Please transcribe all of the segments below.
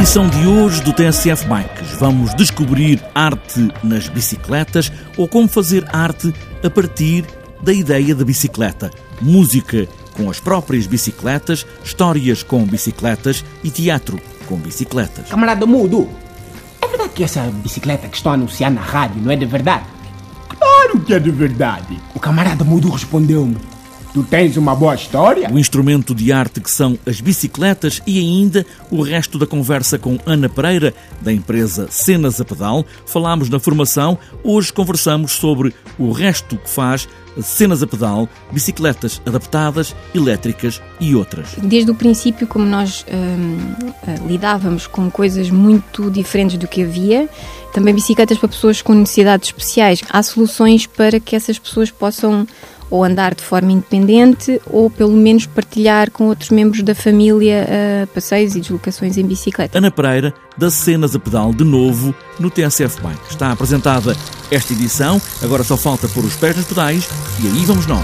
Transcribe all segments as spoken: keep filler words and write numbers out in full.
edição de hoje do T S F Bikes vamos descobrir arte nas bicicletas ou como fazer arte a partir da ideia da bicicleta. Música com as próprias bicicletas, histórias com bicicletas e teatro com bicicletas. Camarada Mudo, é verdade que essa bicicleta que estão a anunciar na rádio não é de verdade? Claro que é de verdade. O camarada Mudo respondeu-me: tu tens uma boa história? O instrumento de arte que são as bicicletas e ainda o resto da conversa com Ana Pereira, da empresa Cenas a Pedal. Falámos na formação, hoje conversamos sobre o resto que faz Cenas a Pedal, bicicletas adaptadas, elétricas e outras. Desde o princípio, como nós hum, lidávamos com coisas muito diferentes do que havia, também bicicletas para pessoas com necessidades especiais, há soluções para que essas pessoas possam ou andar de forma independente ou pelo menos partilhar com outros membros da família uh, passeios e deslocações em bicicleta. Ana Pereira, da Cenas a Pedal, de novo no T S F Bike. Está apresentada esta edição, agora só falta pôr os pés nos pedais e aí vamos nós.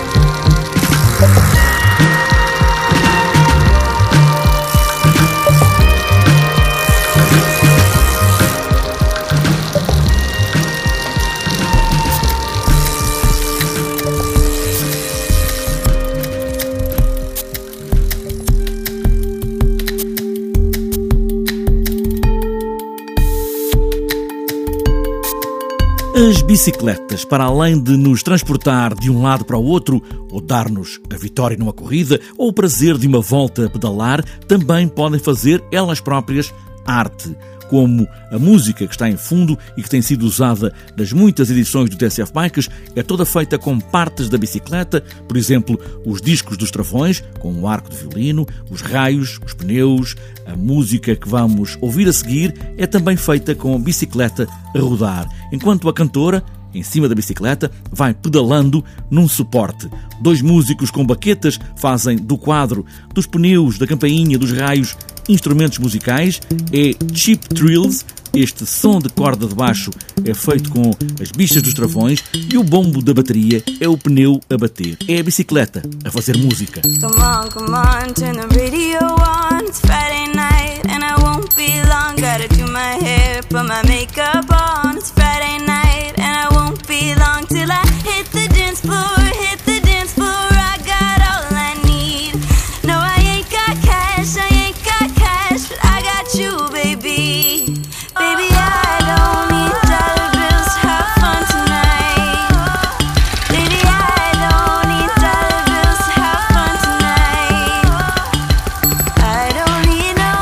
As bicicletas, para além de nos transportar de um lado para o outro, ou dar-nos a vitória numa corrida, ou o prazer de uma volta a pedalar, também podem fazer elas próprias arte, como a música que está em fundo e que tem sido usada nas muitas edições do T S F Bikes, é toda feita com partes da bicicleta, por exemplo, os discos dos travões, com o arco de violino, os raios, os pneus. A música que vamos ouvir a seguir é também feita com a bicicleta a rodar, enquanto a cantora, em cima da bicicleta, vai pedalando num suporte. Dois músicos com baquetas fazem do quadro, dos pneus, da campainha, dos raios, instrumentos musicais. É Cheap Thrills. Este som de corda de baixo é feito com as bichas dos travões e o bombo da bateria é o pneu a bater. É a bicicleta a fazer música. Come on, come on, turn the radio on. It's Friday night and I won't be long. Gotta do my hair, put my makeup on. It's Friday night and I won't be long till I hit the dance floor, hit the dance floor. I got all I need. No, I ain't got cash, I ain't got cash, but I got you, baby. Baby, I don't need dollar bills to have fun tonight. Baby, I don't need dollar bills to have fun tonight. I don't need no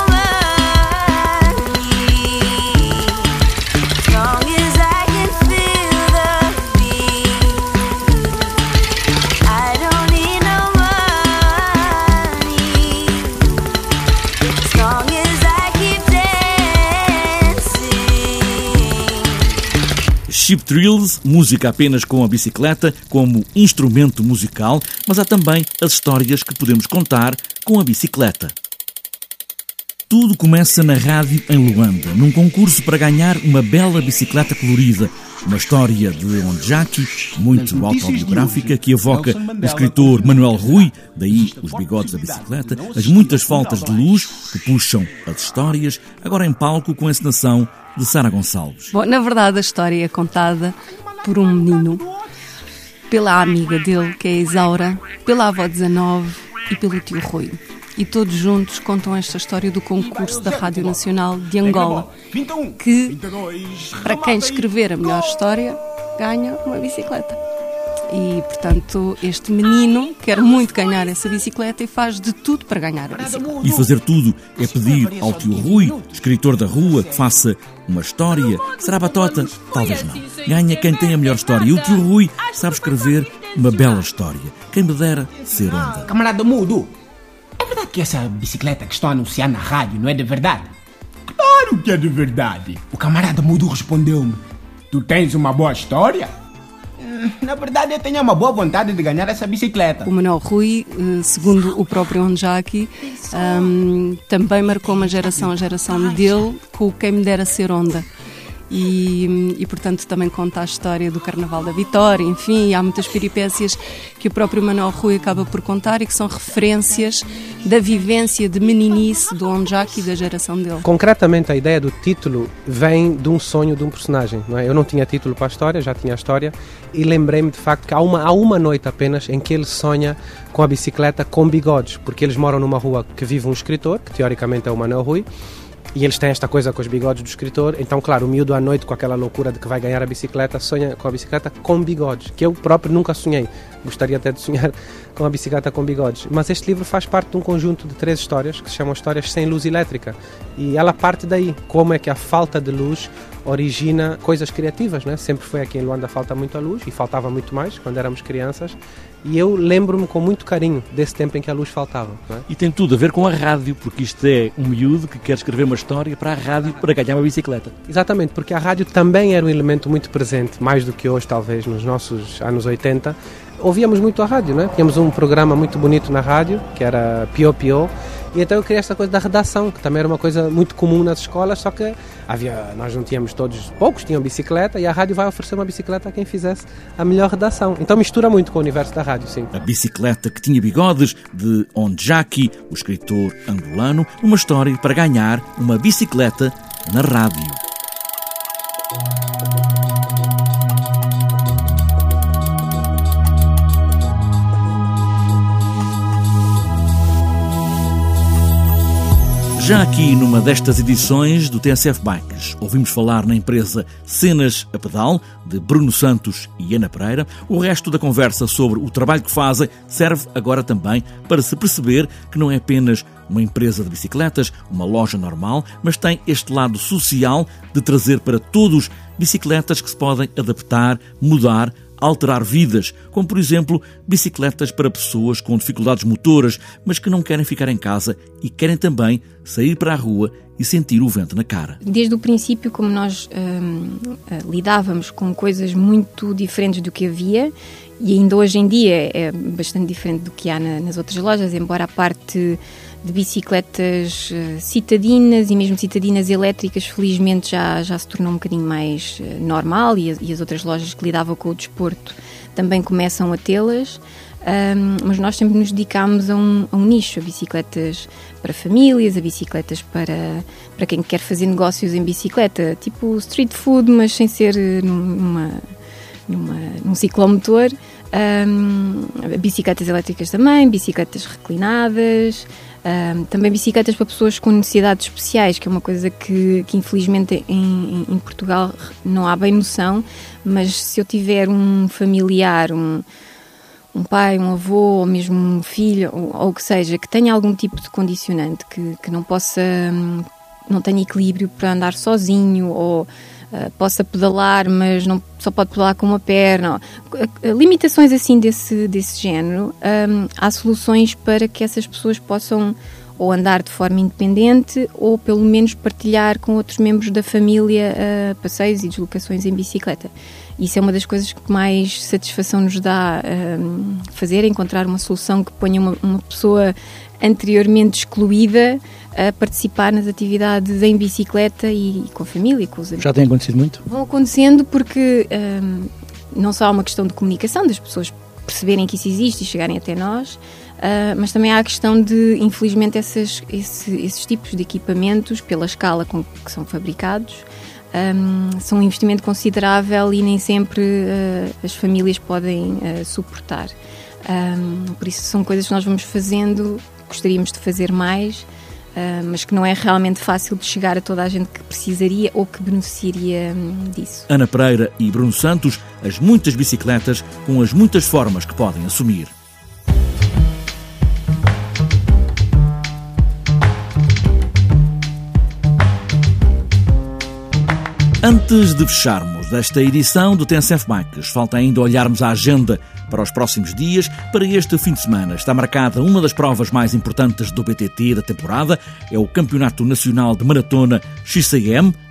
money, as long as I can feel the beat. I don't need no money, as long as I keep dancing. Cheap Thrills, música apenas com a bicicleta como instrumento musical, mas há também as histórias que podemos contar com a bicicleta. Tudo começa na rádio em Luanda, num concurso para ganhar uma bela bicicleta colorida. Uma história de Onjaki, muito autobiográfica, que evoca o escritor Manuel Rui, daí os bigodes da bicicleta, as muitas faltas de luz que puxam as histórias, agora em palco com a encenação de Sara Gonçalves. Bom, na verdade a história é contada por um menino, pela amiga dele, que é a Isaura, pela avó dezanove e pelo tio Rui. E todos juntos contam esta história do concurso da Rádio Nacional de Angola, que, para quem escrever a melhor história, ganha uma bicicleta. E, portanto, este menino quer muito ganhar essa bicicleta e faz de tudo para ganhar a bicicleta. E fazer tudo é pedir ao tio Rui, escritor da rua, que faça uma história. Será batota? Talvez não. Ganha quem tem a melhor história. E o tio Rui sabe escrever uma bela história. Quem me dera ser onda. Camarada Mudo, é verdade que essa bicicleta que estão a anunciar na rádio não é de verdade? Claro que é de verdade. O camarada Mudo respondeu-me: tu tens uma boa história? Na verdade, eu tenho uma boa vontade de ganhar essa bicicleta. O Manuel Rui, segundo o próprio Onjaki, um, também marcou uma geração, a geração dele, com o Quem Me Dera Ser Onda. E, e, portanto, também conta a história do Carnaval da Vitória, enfim, há muitas peripécias que o próprio Manuel Rui acaba por contar e que são referências da vivência de meninice do Onjaki e da geração dele. Concretamente, a ideia do título vem de um sonho de um personagem, não é? Eu não tinha título para a história, já tinha a história, e lembrei-me de facto que há uma, há uma noite apenas em que ele sonha com a bicicleta com bigodes, porque eles moram numa rua que vive um escritor, que teoricamente é o Manuel Rui, e eles têm esta coisa com os bigodes do escritor. Então, claro, o miúdo à noite, com aquela loucura de que vai ganhar a bicicleta, sonha com a bicicleta com bigodes, que eu próprio nunca sonhei. Gostaria até de sonhar com a bicicleta com bigodes. Mas este livro faz parte de um conjunto de três histórias que se chamam Histórias Sem Luz Elétrica. E ela parte daí. Como é que a falta de luz origina coisas criativas, né? Sempre foi aqui em Luanda falta muita luz, e faltava muito mais quando éramos crianças. E eu lembro-me com muito carinho desse tempo em que a luz faltava. Não é? E tem tudo a ver com a rádio, porque isto é um miúdo que quer escrever uma história para a rádio para ganhar uma bicicleta. Exatamente, porque a rádio também era um elemento muito presente, mais do que hoje talvez, nos nossos anos oitenta. Ouvíamos muito a rádio, né? Tínhamos um programa muito bonito na rádio, que era Pio Pio, e então eu criei esta coisa da redação, que também era uma coisa muito comum nas escolas, só que havia, nós não tínhamos todos, poucos tinham bicicleta, e a rádio vai oferecer uma bicicleta a quem fizesse a melhor redação. Então mistura muito com o universo da rádio, sim. A Bicicleta que Tinha Bigodes, de Onjaki, o escritor angolano, uma história para ganhar uma bicicleta na rádio. Já aqui numa destas edições do T S F Bikes, ouvimos falar na empresa Cenas a Pedal, de Bruno Santos e Ana Pereira. O resto da conversa sobre o trabalho que fazem serve agora também para se perceber que não é apenas uma empresa de bicicletas, uma loja normal, mas tem este lado social de trazer para todos bicicletas que se podem adaptar, mudar, alterar vidas, como por exemplo bicicletas para pessoas com dificuldades motoras, mas que não querem ficar em casa e querem também sair para a rua e sentir o vento na cara. Desde o princípio, como nós hum, lidávamos com coisas muito diferentes do que havia, e ainda hoje em dia é bastante diferente do que há na, nas outras lojas, embora a parte de bicicletas uh, citadinas e mesmo citadinas elétricas, felizmente já, já se tornou um bocadinho mais uh, normal, e as, e as outras lojas que lidavam com o desporto também começam a tê-las, um, mas nós sempre nos dedicámos a um, a um nicho, a bicicletas para famílias, a bicicletas para, para quem quer fazer negócios em bicicleta, tipo street food, mas sem ser numa, numa, num ciclomotor. Um, bicicletas elétricas também, bicicletas reclinadas, um, também bicicletas para pessoas com necessidades especiais, que é uma coisa que, que infelizmente em, em Portugal não há bem noção, mas se eu tiver um familiar, um, um pai, um avô, ou mesmo um filho, ou, ou o que seja, que tenha algum tipo de condicionante, que, que não possa, não tenha equilíbrio para andar sozinho, ou Uh, possa pedalar, mas não, só pode pedalar com uma perna, uh, limitações assim desse, desse género, um, há soluções para que essas pessoas possam ou andar de forma independente ou pelo menos partilhar com outros membros da família uh, passeios e deslocações em bicicleta. Isso é uma das coisas que mais satisfação nos dá um, fazer, encontrar uma solução que ponha uma, uma pessoa anteriormente excluída a participar nas atividades em bicicleta e, e com a família, com os amigos. Já tem acontecido muito? Vão acontecendo porque um, não só há uma questão de comunicação, das pessoas perceberem que isso existe e chegarem até nós, uh, mas também há a questão de, infelizmente, essas, esse, esses tipos de equipamentos, pela escala com que são fabricados, um, são um investimento considerável e nem sempre uh, as famílias podem uh, suportar. Um, por isso são coisas que nós vamos fazendo, gostaríamos de fazer mais, Uh, mas que não é realmente fácil de chegar a toda a gente que precisaria ou que beneficiaria um, disso. Ana Pereira e Bruno Santos, as muitas bicicletas com as muitas formas que podem assumir. Antes de fecharmos esta edição do T S F Bikes, falta ainda olharmos a agenda para os próximos dias. Para este fim de semana está marcada uma das provas mais importantes do B T T da temporada, é o Campeonato Nacional de Maratona X C M,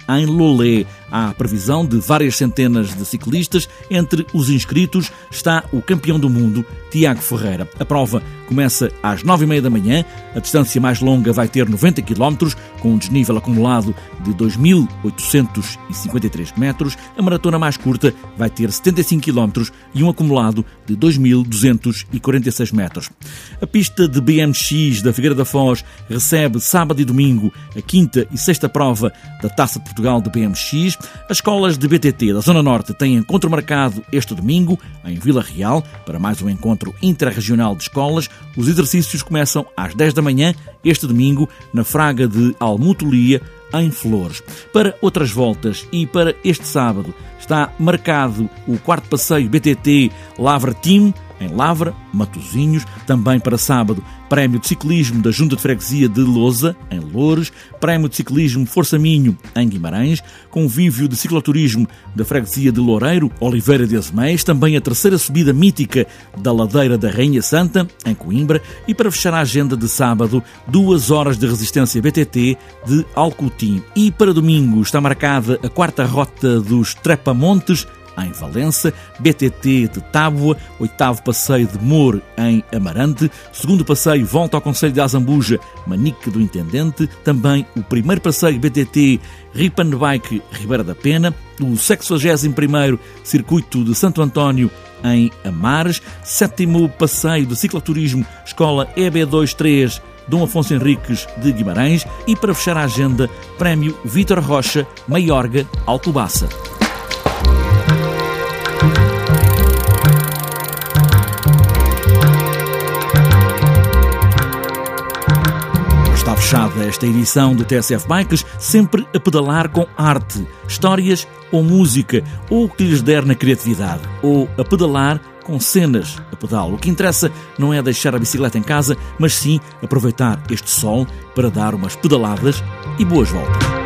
em Lolé. Há previsão de várias centenas de ciclistas. Entre os inscritos está o campeão do mundo, Tiago Ferreira. A prova começa às nove e meia da manhã. A distância mais longa vai ter noventa quilómetros, com um desnível acumulado de dois mil oitocentos e cinquenta e três metros. A maratona mais curta vai ter setenta e cinco quilómetros e um acumulado de dois mil duzentos e quarenta e seis metros. A pista de B M X da Figueira da Foz recebe sábado e domingo a quinta e sexta prova da Taça de Portugal de B M X. As escolas de B T T da Zona Norte têm encontro marcado este domingo em Vila Real para mais um encontro interregional de escolas. Os exercícios começam às dez da manhã este domingo na Fraga de Almutolia, em Flores. Para outras voltas e para este sábado está marcado o quarto passeio B T T Lavra Team em Lavra, Matosinhos. Também para sábado, Prémio de Ciclismo da Junta de Freguesia de Lousa, em Loures. Prémio de Ciclismo Força Minho, em Guimarães. Convívio de cicloturismo da Freguesia de Loureiro, Oliveira de Azeméis. Também a terceira subida mítica da Ladeira da Rainha Santa, em Coimbra. E para fechar a agenda de sábado, duas horas de resistência B T T de Alcutim. E para domingo está marcada a quarta rota dos Trepamontes, em Valença, B T T de Tábua, oitavo passeio de Mor, em Amarante, segundo passeio volta ao Concelho de Azambuja, Manique do Intendente, também o primeiro passeio B T T Ripan Bike Ribeira da Pena, o sexagésimo primeiro Circuito de Santo António, em Amares, sétimo passeio de cicloturismo Escola E B vinte e três Dom Afonso Henriques de Guimarães e, para fechar a agenda, Prémio Vítor Rocha, Maiorga, Alcobaça. Está fechada esta edição do T S F Bikes, sempre a pedalar com arte, histórias ou música, ou o que lhes der na criatividade, ou a pedalar com cenas a pedal. O que interessa não é deixar a bicicleta em casa, mas sim aproveitar este sol para dar umas pedaladas e boas voltas.